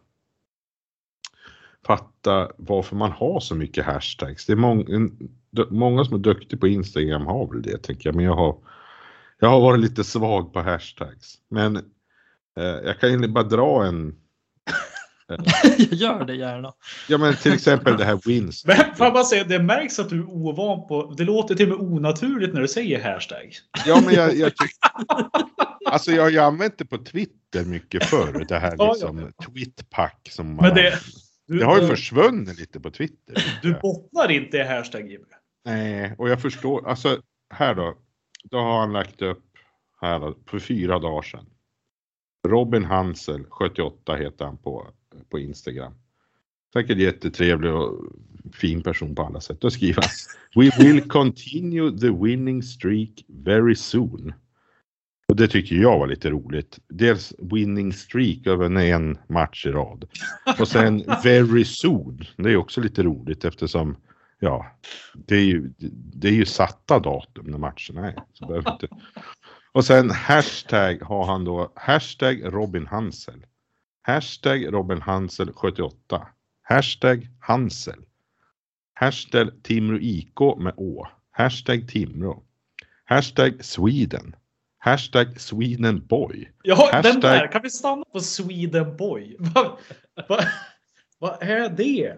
varför man har så mycket hashtags. Det är många som är duktiga på Instagram har väl det, tänker jag, men jag har varit lite svag på hashtags. Men jag kan ju bara dra en Gör det gärna. Ja, men till exempel det här wins. Men får jag bara säga, det märks att du är ovan på, det låter till och med onaturligt när du säger hashtag. Ja, men alltså jag har använt det på Twitter mycket förr, det här liksom tweetpack som man, men det har ju försvunnit lite på Twitter. Du bottnar inte i hashtag, Jimmy. Nej, och jag förstår, alltså här då har han lagt upp här då, för 4 dagar sedan. Robin Hansel 78 heter han på Instagram. Säkert jättetrevlig och fin person på alla sätt. Då skriver han: We will continue the winning streak very soon. Och det tycker jag var lite roligt. Dels winning streak över en match i rad. Och sen very soon. Det är också lite roligt eftersom det är ju satta datum när matcherna är. Så behöver inte. Och sen hashtag har han då hashtag Robin Hansel. Hashtag Robin Hansel 78. Hashtag Hansel. Hashtag Timrå IK med Å. Hashtag Timrå. Hashtag Sweden. Hashtag Swedenboy. Ja, Hashtag... den där. Kan vi stanna på Swedenboy? Vad är det?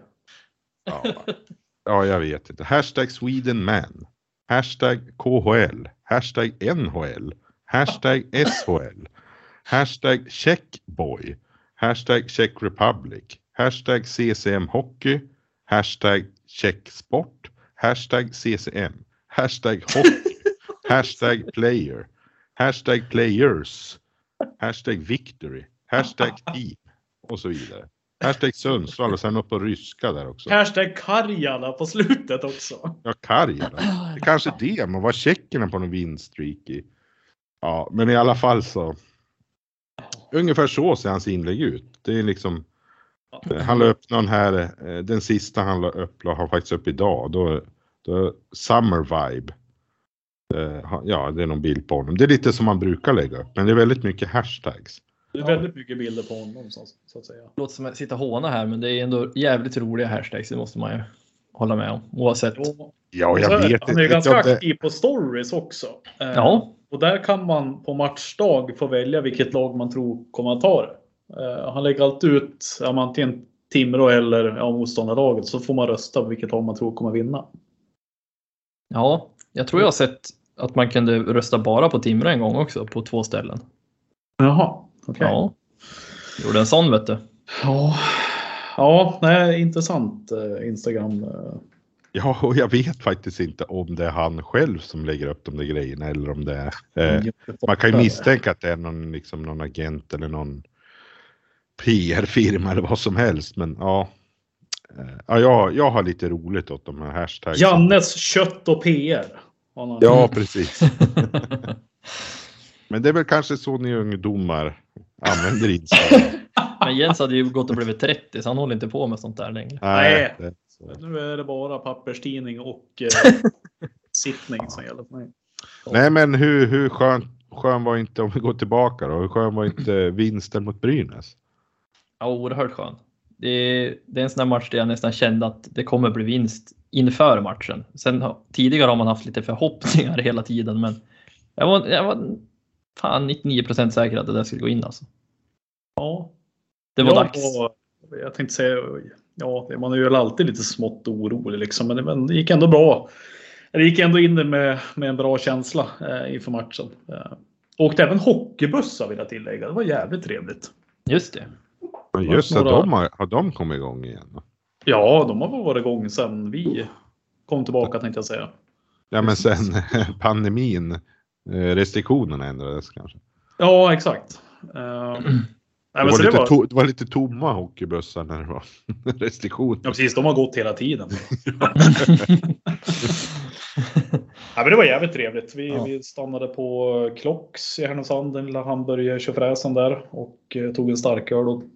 Ja, jag vet inte. Hashtag Swedenman. Hashtag KHL. Hashtag NHL. Hashtag SHL. Hashtag Checkboy. Hashtag Czech Republic. Hashtag CCM Hockey. Hashtag Checksport. Hashtag CCM. Hashtag Hockey. Hashtag Player. Hashtag Players. Hashtag Victory. Hashtag Team. Och så vidare. Hashtag Sundsvall och sen upp på ryska där också. Hashtag Karjala på slutet också. Ja, Karjala. Det är kanske det. Man var tjeckerna på någon vinststreak i. Ja, men i alla fall så. Ungefär så ser hans inlägg ut. Det är liksom. Han la upp någon här. Den sista han la upp la han faktiskt upp idag. Då Summer Vibe. Ja, det är någon bild på honom. Det är lite som man brukar lägga upp. Men det är väldigt mycket hashtags. Det är väldigt mycket bilder på honom så att säga. Det låter som att sitta håna här, men det är ändå jävligt roliga hashtags. Det måste man ju hålla med om. Oavsett. Ja, jag vet inte. Han är ganska aktiv på stories också. Ja. Och där kan man på matchdag få välja vilket lag man tror kommer att ta det. Han lägger alltid ut antingen Timrå eller motståndarlaget. Så får man rösta på vilket lag man tror kommer vinna. Ja, jag tror jag har sett att man kunde rösta bara på Timrå en gång också på 2 ställen. Jaha, okej. Okay. Ja, gjorde en sån vet du. Ja, nej, intressant Instagram. Ja, och jag vet faktiskt inte om det är han själv som lägger upp de där grejerna eller om det är... man kan ju misstänka att det är någon agent eller någon PR-firma eller vad som helst. Men ja, jag har lite roligt åt de här hashtags. Jannes kött och PR. Ja, precis. Men det är väl kanske så ni ungdomar använder Instagram. Men Jens hade ju gått och blivit 30 så han håller inte på med sånt där längre. Nej. Nu är det bara papperstidning och sittning som gäller för mig. Nej, men hur skön var inte, om vi går tillbaka då, hur skön var inte vinsten mot Brynäs? Ja, oerhört skön. Det är en sån här match där jag nästan kände att det kommer bli vinst inför matchen. Sen tidigare har man haft lite förhoppningar hela tiden, men jag var fan 99% säker att det där skulle gå in alltså. Ja. Det var dags. Jag tänkte säga, man är ju alltid lite smått orolig liksom, men det gick ändå bra. Det gick ändå in med en bra känsla inför matchen. Och även hockeybussar vill jag tillägga. Det var jävligt trevligt. Just det. Just det, har de kommit igång igen? Ja, de har varit igång sedan vi kom tillbaka tänkte jag säga. Ja, men sen pandemin, restriktionerna ändrades kanske. Ja, exakt. Det var lite tomma hockeybussar när det var restriktioner. Ja, precis. De har gått hela tiden. Ja, men det var jävligt trevligt. Vi stannade på Klocks i Härnösand, den lilla hamburgerköfräsen där. Och tog en starköl och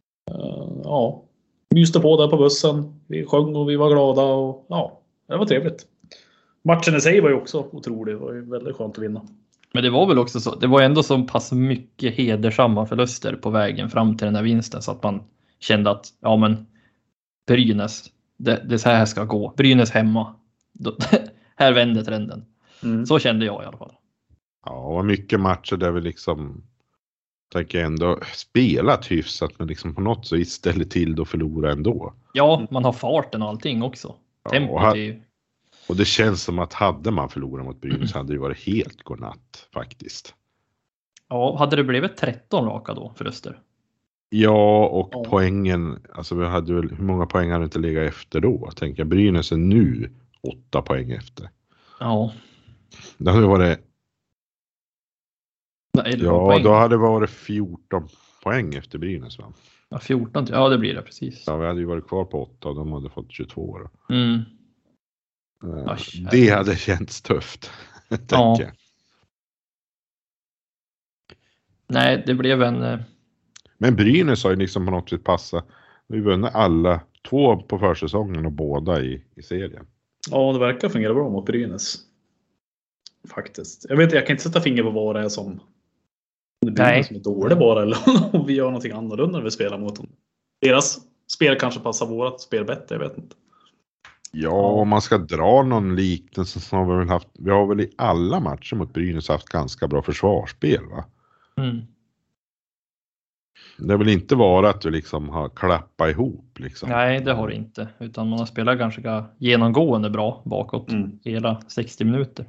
myste på där på bussen. Vi sjöng och vi var glada och det var trevligt. Matchen i sig var ju också otrolig. Det var ju väldigt skönt att vinna. Men det var väl också så, det var ändå så pass mycket hedersamma förluster på vägen fram till den här vinsten så att man kände att Brynäs, det så här ska gå. Brynäs hemma. Här vänder trenden. Så kände jag i alla fall. Ja, och mycket matcher där vi liksom tänker ändå spelat hyfsat men liksom på något så istället till att förlora ändå. Ja, man har farten och allting också. Tempot är ju... Och det känns som att hade man förlorat mot Brynäs hade det varit helt godnatt faktiskt. Ja, hade det blivit 13 raka då förluster? Ja, och poängen, alltså vi hade väl, hur många poäng hade inte legat efter då? Tänker jag, Brynäs är nu 8 poäng efter. Ja. Det hade varit... poäng. Då hade det varit 14 poäng efter Brynäs, va? Ja, 14, ja det blir det precis. Ja, vi hade ju varit kvar på 8 och de hade fått 22 då. Det hade känts tufft, tänker jag. Nej, det blev en... Men Brynäs har ju liksom på något sätt passat. Vi vunnit alla 2 på försäsongen och båda i serien. Ja, det verkar fungera bra mot Brynäs. Faktiskt. Jag kan inte sätta finger på vad det är som... Det blir som är dåligt bara, eller om vi gör någonting annorlunda när vi spelar mot dem. Deras spel kanske passar vårat spel bättre, jag vet inte. Ja, om man ska dra någon liknelse så har vi har väl i alla matcher mot Brynäs haft ganska bra försvarsspel, va? Mm. Det har väl inte varit att vi liksom har klappat ihop liksom. Nej, det har det inte. Utan man har spelat ganska genomgående bra bakåt hela 60 minuter.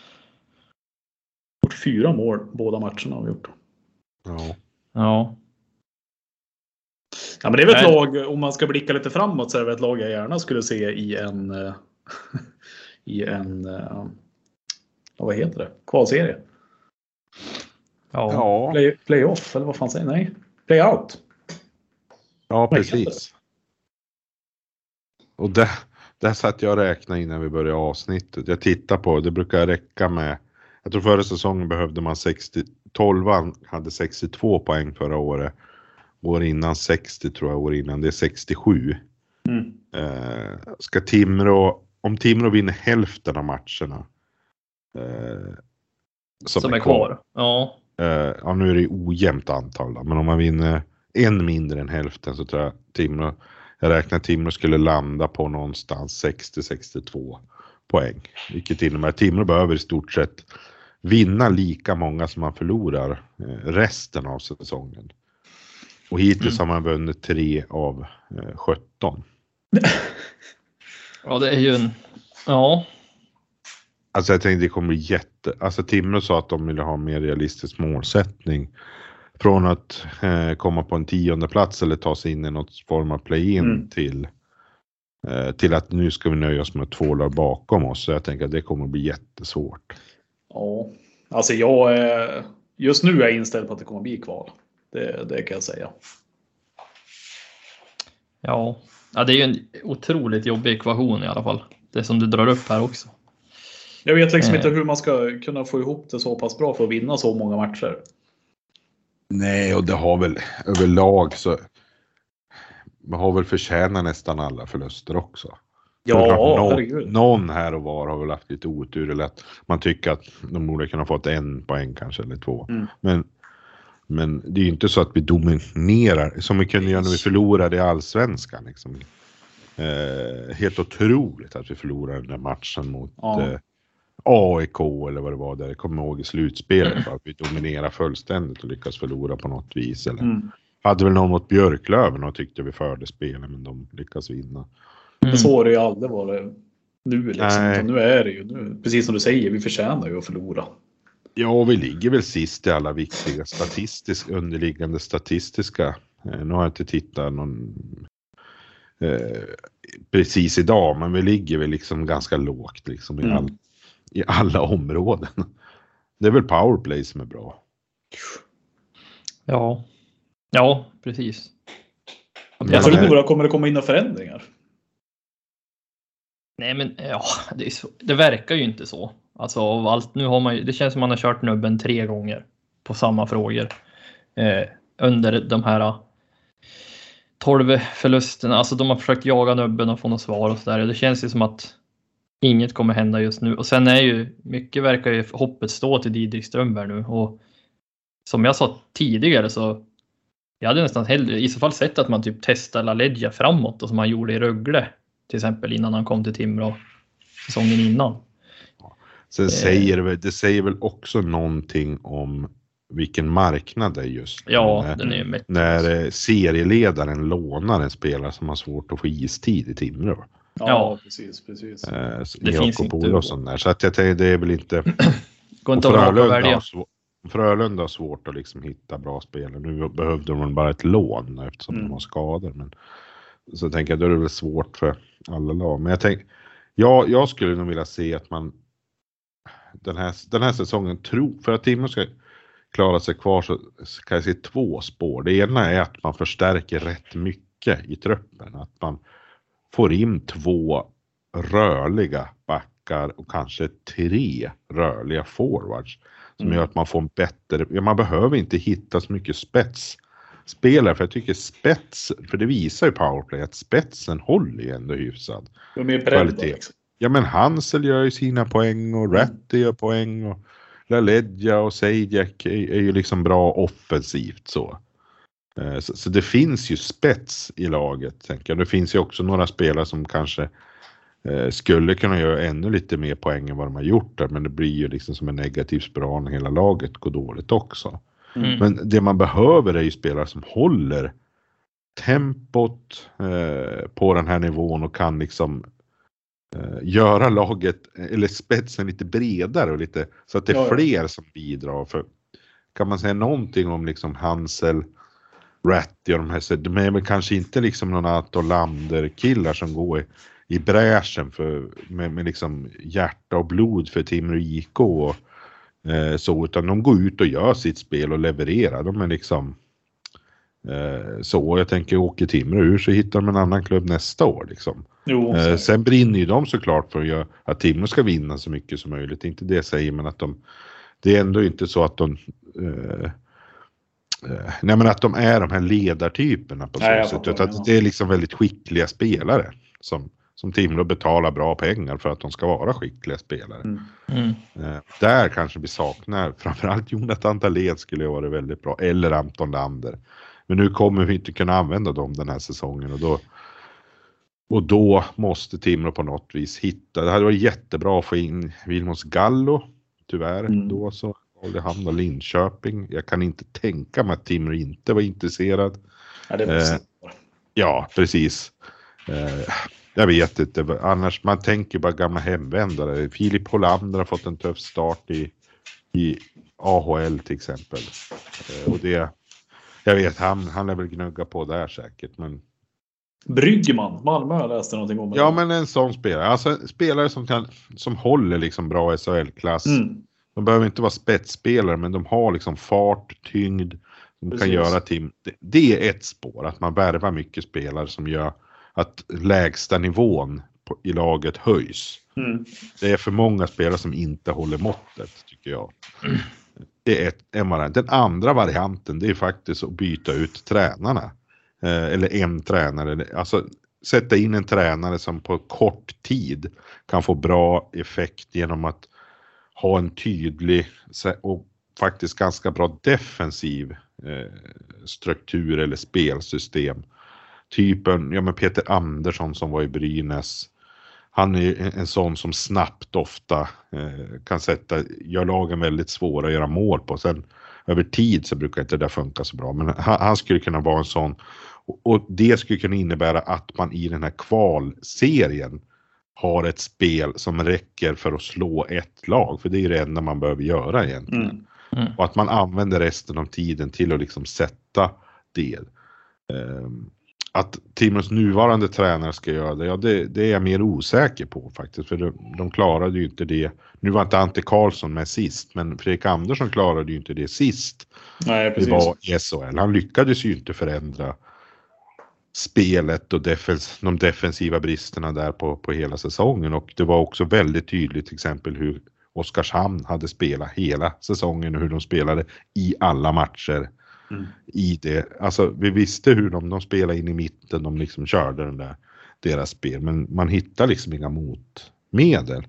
Gjort 4 mål båda matcherna har vi gjort. Ja. Ja. Ja, men det är väl ett lag, om man ska blicka lite framåt så är det ett lag jag gärna skulle se i en vad heter det? Kvalserie. Ja. Playoff eller vad fan säger nej? Playout. Ja, precis. Och där satt jag och räknade innan vi började avsnittet. Jag tittar på, det brukar räcka med, jag tror förra säsongen behövde man 12 hade 62 poäng förra året. År innan 60 tror jag, år innan det är 67. Ska om Timrå vinner hälften av matcherna som är kvar. Ja. Ja, nu är det ojämnt antal då, men om man vinner en mindre än hälften så tror jag räknar Timrå skulle landa på någonstans 60-62 poäng. Vilket innebär att Timrå behöver i stort sett vinna lika många som man förlorar resten av säsongen. Och hittills har man vunnit 3 av 17. Ja, det är ju en... Ja. Alltså jag tänkte det kommer bli Alltså Timrå sa att de ville ha mer realistisk målsättning. Från att komma på en 10:e plats eller ta sig in i något form av play-in till att nu ska vi nöja oss med 2 lag bakom oss. Så jag tänker att det kommer bli jättesvårt. Ja, alltså just nu är jag inställd på att det kommer bli kval. Det kan jag säga. Ja, det är ju en otroligt jobbig ekvation i alla fall. Det som du drar upp här också. Jag vet liksom inte hur man ska kunna få ihop det så pass bra för att vinna så många matcher. Nej, och det har väl överlag så man har väl förtjänat nästan alla förluster också. Ja, någon här och var har väl haft lite otur eller att man tycker att de borde kunna fått 1 poäng kanske eller 2. Men det är ju inte så att vi dominerar som vi kunde göra när vi förlorade i Allsvenskan liksom. Helt otroligt att vi förlorade den där matchen mot AIK eller vad det var där. Jag kommer ihåg i slutspelet för att vi dominerar fullständigt och lyckas förlora på något vis. Eller hade väl någon mot Björklöven och tyckte vi förde spelet men de lyckas vinna. Så har det ju aldrig varit nu liksom. Nu är det ju, precis som du säger, vi förtjänar ju att förlora. Ja, vi ligger väl sist i alla viktiga underliggande statistiska. Nu har jag inte tittat någon precis idag, men vi ligger väl liksom ganska lågt liksom i alla områden. Det är väl powerplay som är bra. Ja, precis. Jag tror kommer det komma in några förändringar? Nej, men det verkar ju inte så. Alltså av allt, nu har det känns som man har kört nubben 3 gånger på samma frågor under de här 12 förlusterna. Alltså de har försökt jaga nubben och få något svar och sådär. Det känns ju som att inget kommer hända just nu. Och sen verkar ju hoppet stå till Didrik Strömberg nu. Och som jag sa tidigare så jag hade nästan hellre i så fall sett att man typ testar LaLeggia framåt och som han gjorde i Rögle till exempel innan han kom till Timrå säsongen innan. Sen säger väl också någonting om vilken marknad det är just. Ja, den är mätt. När serieledaren lånar en spelare som har svårt att få istid i Timrå. Ja, precis. Det finns inte. Och sånt där. Så att jag tänker det är väl inte... Går inte att välja. Frölunda har svårt att liksom hitta bra spelare. Nu behövde de bara ett lån eftersom de har skador. Men så tänker jag då är det väl svårt för alla lag. Men jag skulle nog vilja se att man den här säsongen för att Timrå ska klara sig kvar så kan jag se 2 spår. Det ena är att man förstärker rätt mycket i truppen. Att man får in 2 rörliga backar och kanske 3 rörliga forwards. Som gör att man får en bättre... man behöver inte hitta så mycket spetsspelare. För jag tycker för det visar ju powerplay att spetsen håller ju ändå hyfsad kvalitet. Liksom. Ja, men Hansel gör ju sina poäng och Rätte gör poäng och LaLeggia och Sejak är ju liksom bra offensivt så. Så det finns ju spets i laget tänker jag. Det finns ju också några spelare som kanske skulle kunna göra ännu lite mer poäng än vad de har gjort där, men det blir ju liksom som en negativ spiral när hela laget går dåligt också. Men det man behöver är ju spelare som håller tempot på den här nivån och kan liksom göra laget eller spetsen lite bredare och lite så att det är fler som bidrar. För kan man säga någonting om liksom Hansel, Ratty och de här, så de är väl kanske inte liksom någon Anton Lander killar som går i bräschen med liksom hjärta och blod för Timrå IK och så, utan de går ut och gör sitt spel och levererar. De är liksom så, jag tänker åker Timrå ur så hittar de en annan klubb nästa år liksom. Sen brinner ju de såklart för att Timrå ska vinna så mycket som möjligt, inte det jag säger, men att det är ändå inte så att de nej, men att de är de här ledartyperna på så sätt, utan att det är liksom väldigt skickliga spelare som Timrå betalar bra pengar för att de ska vara skickliga spelare. Där kanske vi saknar framförallt Jonathan Dahlén skulle ju vara väldigt bra, eller Anton Lander. Men nu kommer vi inte kunna använda dem den här säsongen och då måste Timrå på något vis hitta. Det hade varit jättebra att få in Vilmos Gallo, tyvärr. Då så valde han och Linköping. Jag kan inte tänka mig att Timrå inte var intresserad. Ja, det var ja, precis. Jag vet inte, annars man tänker bara gamla hemvändare. Filip Hollander har fått en tuff start i AHL till exempel. Och det, jag vet, han är väl gnugga på där säkert, men Bryggeman, Malmö har jag läste någonting om. Ja, men en sån spelare, alltså spelare som håller liksom bra SHL-klass. De behöver inte vara spetsspelare, men de har liksom fart, tyngd, de kan göra team. Det är ett spår, att man värvar mycket spelare som gör att lägsta nivån i laget höjs. Det är för många spelare som inte håller måttet, tycker jag. Det är en variant. Den andra varianten, det är faktiskt att byta ut tränarna. Eller en tränare. Alltså sätta in en tränare som på kort tid kan få bra effekt genom att ha en tydlig och faktiskt ganska bra defensiv struktur eller spelsystem. Typen, ja men Peter Andersson som var i Brynäs. Han är en sån som snabbt ofta kan gör lagen väldigt svåra att göra mål på. Sen över tid så brukar inte det funka så bra. Men han skulle kunna vara en sån. Och det skulle kunna innebära att man i den här kvalserien har ett spel som räcker för att slå ett lag. För det är det enda man behöver göra egentligen. Och att man använder resten av tiden till att liksom sätta det. Att Timrås nuvarande tränare ska göra det, ja det är jag mer osäker på faktiskt. För de klarade ju inte det. Nu var inte Ante Karlsson med sist, men Fredrik Andersson klarade ju inte det sist. Nej, precis. Det var i SHL. Han lyckades ju inte förändra spelet och de defensiva bristerna där på hela säsongen. Och det var också väldigt tydligt till exempel hur Oskarshamn hade spelat hela säsongen och hur de spelade i alla matcher. I det, alltså vi visste hur de spelade in i mitten, de liksom körde deras spel, men man hittar liksom inga motmedel.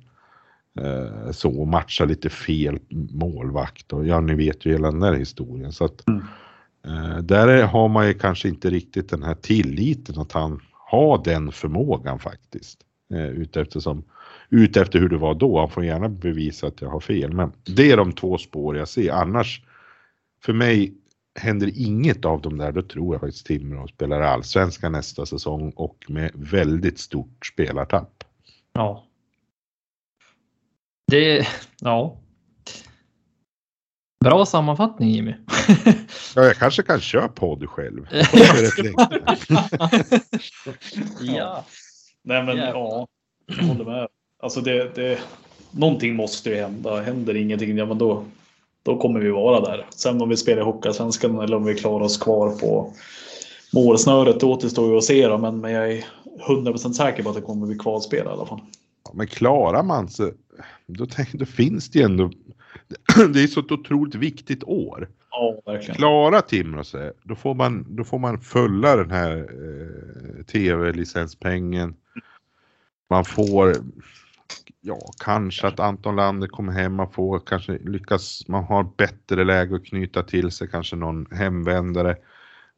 Så matcha lite fel målvakt och ja, ni vet ju hela den där historien, så att där har man ju kanske inte riktigt den här tilliten att han har den förmågan faktiskt, efter hur det var då. Han får gärna bevisa att jag har fel, men det är de två spår jag ser. Annars för mig händer inget av dem där, då tror jag faktiskt Timrå spelar allsvenska nästa säsong och med väldigt stort spelartapp. Ja. Bra sammanfattning, Jimmy. Ja, jag kanske kan köra på det själv. Ja. Nej men ja, jag håller med. Alltså någonting måste ju hända. Händer ingenting, ja men då kommer vi vara där. Sen om vi spelar Hockeyallsvenskan eller om vi klarar oss kvar på målsnöret, det återstår ju att se då, men jag är 100% säker på att det kommer bli kvalspel i alla fall. Ja, men klarar man så då finns det ändå, det är så ett otroligt viktigt år. Ja, verkligen. Klara Timrå sig, då får man följa den här tv-licenspengen. Man får kanske att Anton Lander kommer hem, man får kanske lyckas, man har bättre läge att knyta till sig kanske någon hemvändare.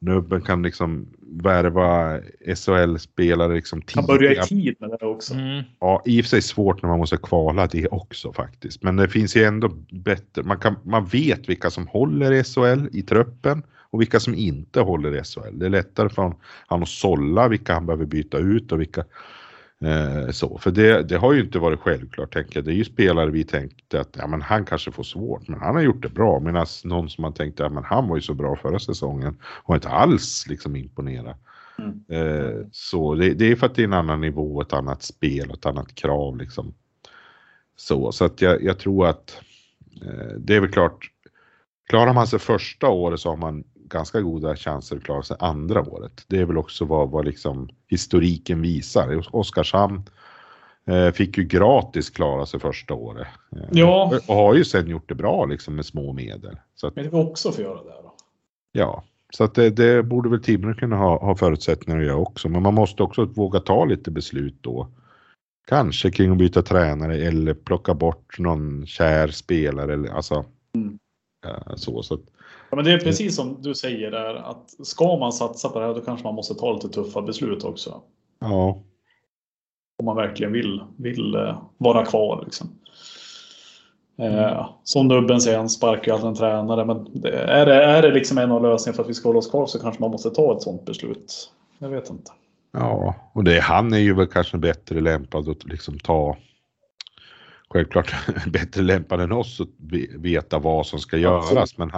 Nubben kan liksom värva SHL-spelare liksom kan börja i tid med det också. Ja, i och för sig svårt när man måste kvala det också faktiskt. Men det finns ju ändå bättre. Man vet vilka som håller SHL i truppen och vilka som inte håller SHL. Det är lättare för han att sålla vilka han behöver byta ut och vilka så. För det har ju inte varit självklart, tänker jag. Det är ju spelare vi tänkte att ja, men han kanske får svårt, men han har gjort det bra. Medan någon som man tänkte att ja, han var ju så bra förra säsongen och inte alls liksom imponerat. Så det är för att det är en annan nivå, ett annat spel, ett annat krav liksom. Så att jag tror att det är väl klart, klarar man sig första året så har man ganska goda chanser att klara sig andra året. Det är väl också vad liksom historiken visar. Oskarshamn fick ju gratis klara sig första året. Ja. Och har ju sen gjort det bra liksom med små medel. Så att, men det var också för att göra det då. Ja, så att det borde väl Timrå kunna ha förutsättningar att göra också. Men man måste också våga ta lite beslut då. Kanske kring att byta tränare eller plocka bort någon kär spelare. Eller, alltså, så att, ja, men det är precis som du säger där, att ska man satsa på det här då kanske man måste ta lite tuffa beslut också. Ja. Om man verkligen vill vara kvar liksom. Som Nubben säger, han sparkar ju alltid en tränare, men är det liksom en av lösningarna för att vi ska hålla oss kvar så kanske man måste ta ett sånt beslut. Jag vet inte. Ja, och han är ju väl kanske bättre lämpad att liksom ta, självklart bättre lämpad än oss att veta vad som ska göras, men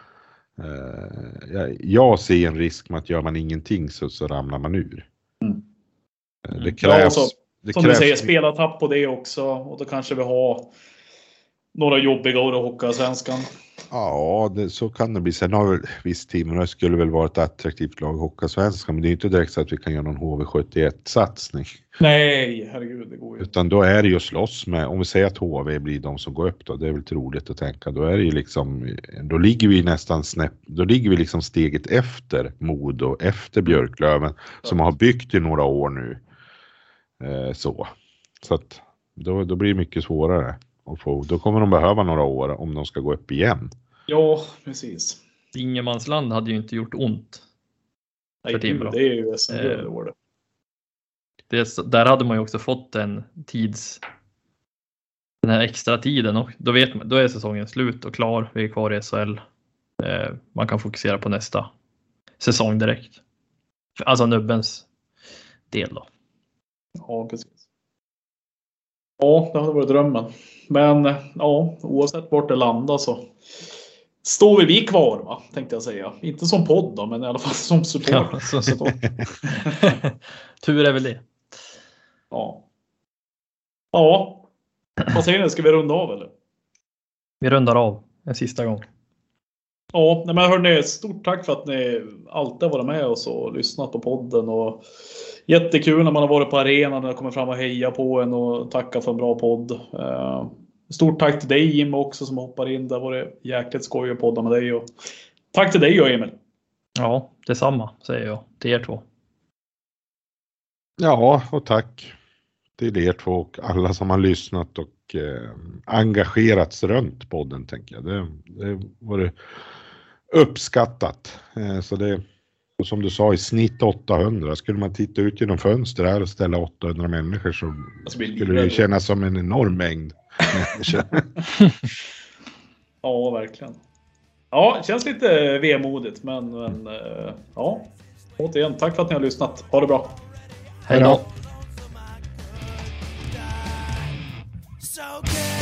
jag ser en risk med att gör man ingenting så ramlar man ur. Det krävs, som du säger, spelartapp på det också, och då kanske vi har några jobbiga år att hocka svenskan. Ja, så kan det bli. Sen har visst Timrå skulle väl vara ett attraktivt lag att hocka svenskan, men det är inte direkt så att vi kan göra någon HV71-satsning. Nej, herregud, det går ju. Utan då är det ju att slåss med, om vi säger att HV blir de som går upp då, det är väl troligt att tänka, då är det ju liksom, då ligger vi nästan då ligger vi liksom steget efter Modo, efter Björklöven, som har byggt i några år nu. Så att då blir det mycket svårare. Då kommer de behöva några år om de ska gå upp igen. Ja, precis. Ingenmansland hade ju inte gjort ont. Nej, det är ju SM-guld där hade man ju också fått den här extra tiden, och då är säsongen slut och klar. Vi är kvar i SHL. Man kan fokusera på nästa säsong direkt. Alltså Nubbens del då. Ja, precis. Ja, det hade varit drömmen. Men ja, oavsett vart det landar så står vi kvar, va, tänkte jag säga. Inte som podd då, men i alla fall som support. Tur är väl det. Ja. Vad säger ni? Ska vi runda av eller? Vi rundar av en sista gång. Ja, men hörni, stort tack för att ni alltid varit med oss och lyssnat på podden, och jättekul när man har varit på arenan, när det kommer fram och heja på en och tacka för en bra podd. Stort tack till dig Jim också som hoppar in. Det var det jäkligt skoj att podda med dig, och tack till dig och Emil. Ja, detsamma säger jag till er två. Ja, och tack till er två och alla som har lyssnat och engagerats runt podden, tänker jag. Det var uppskattat. Så det, och som du sa, i snitt 800. Skulle man titta ut genom fönster här och ställa 800 människor så skulle det kännas som en enorm mängd människor. Ja, verkligen. Ja, det känns lite vemodigt, men ja, återigen, tack för att ni har lyssnat. Ha det bra. Hej då. So good.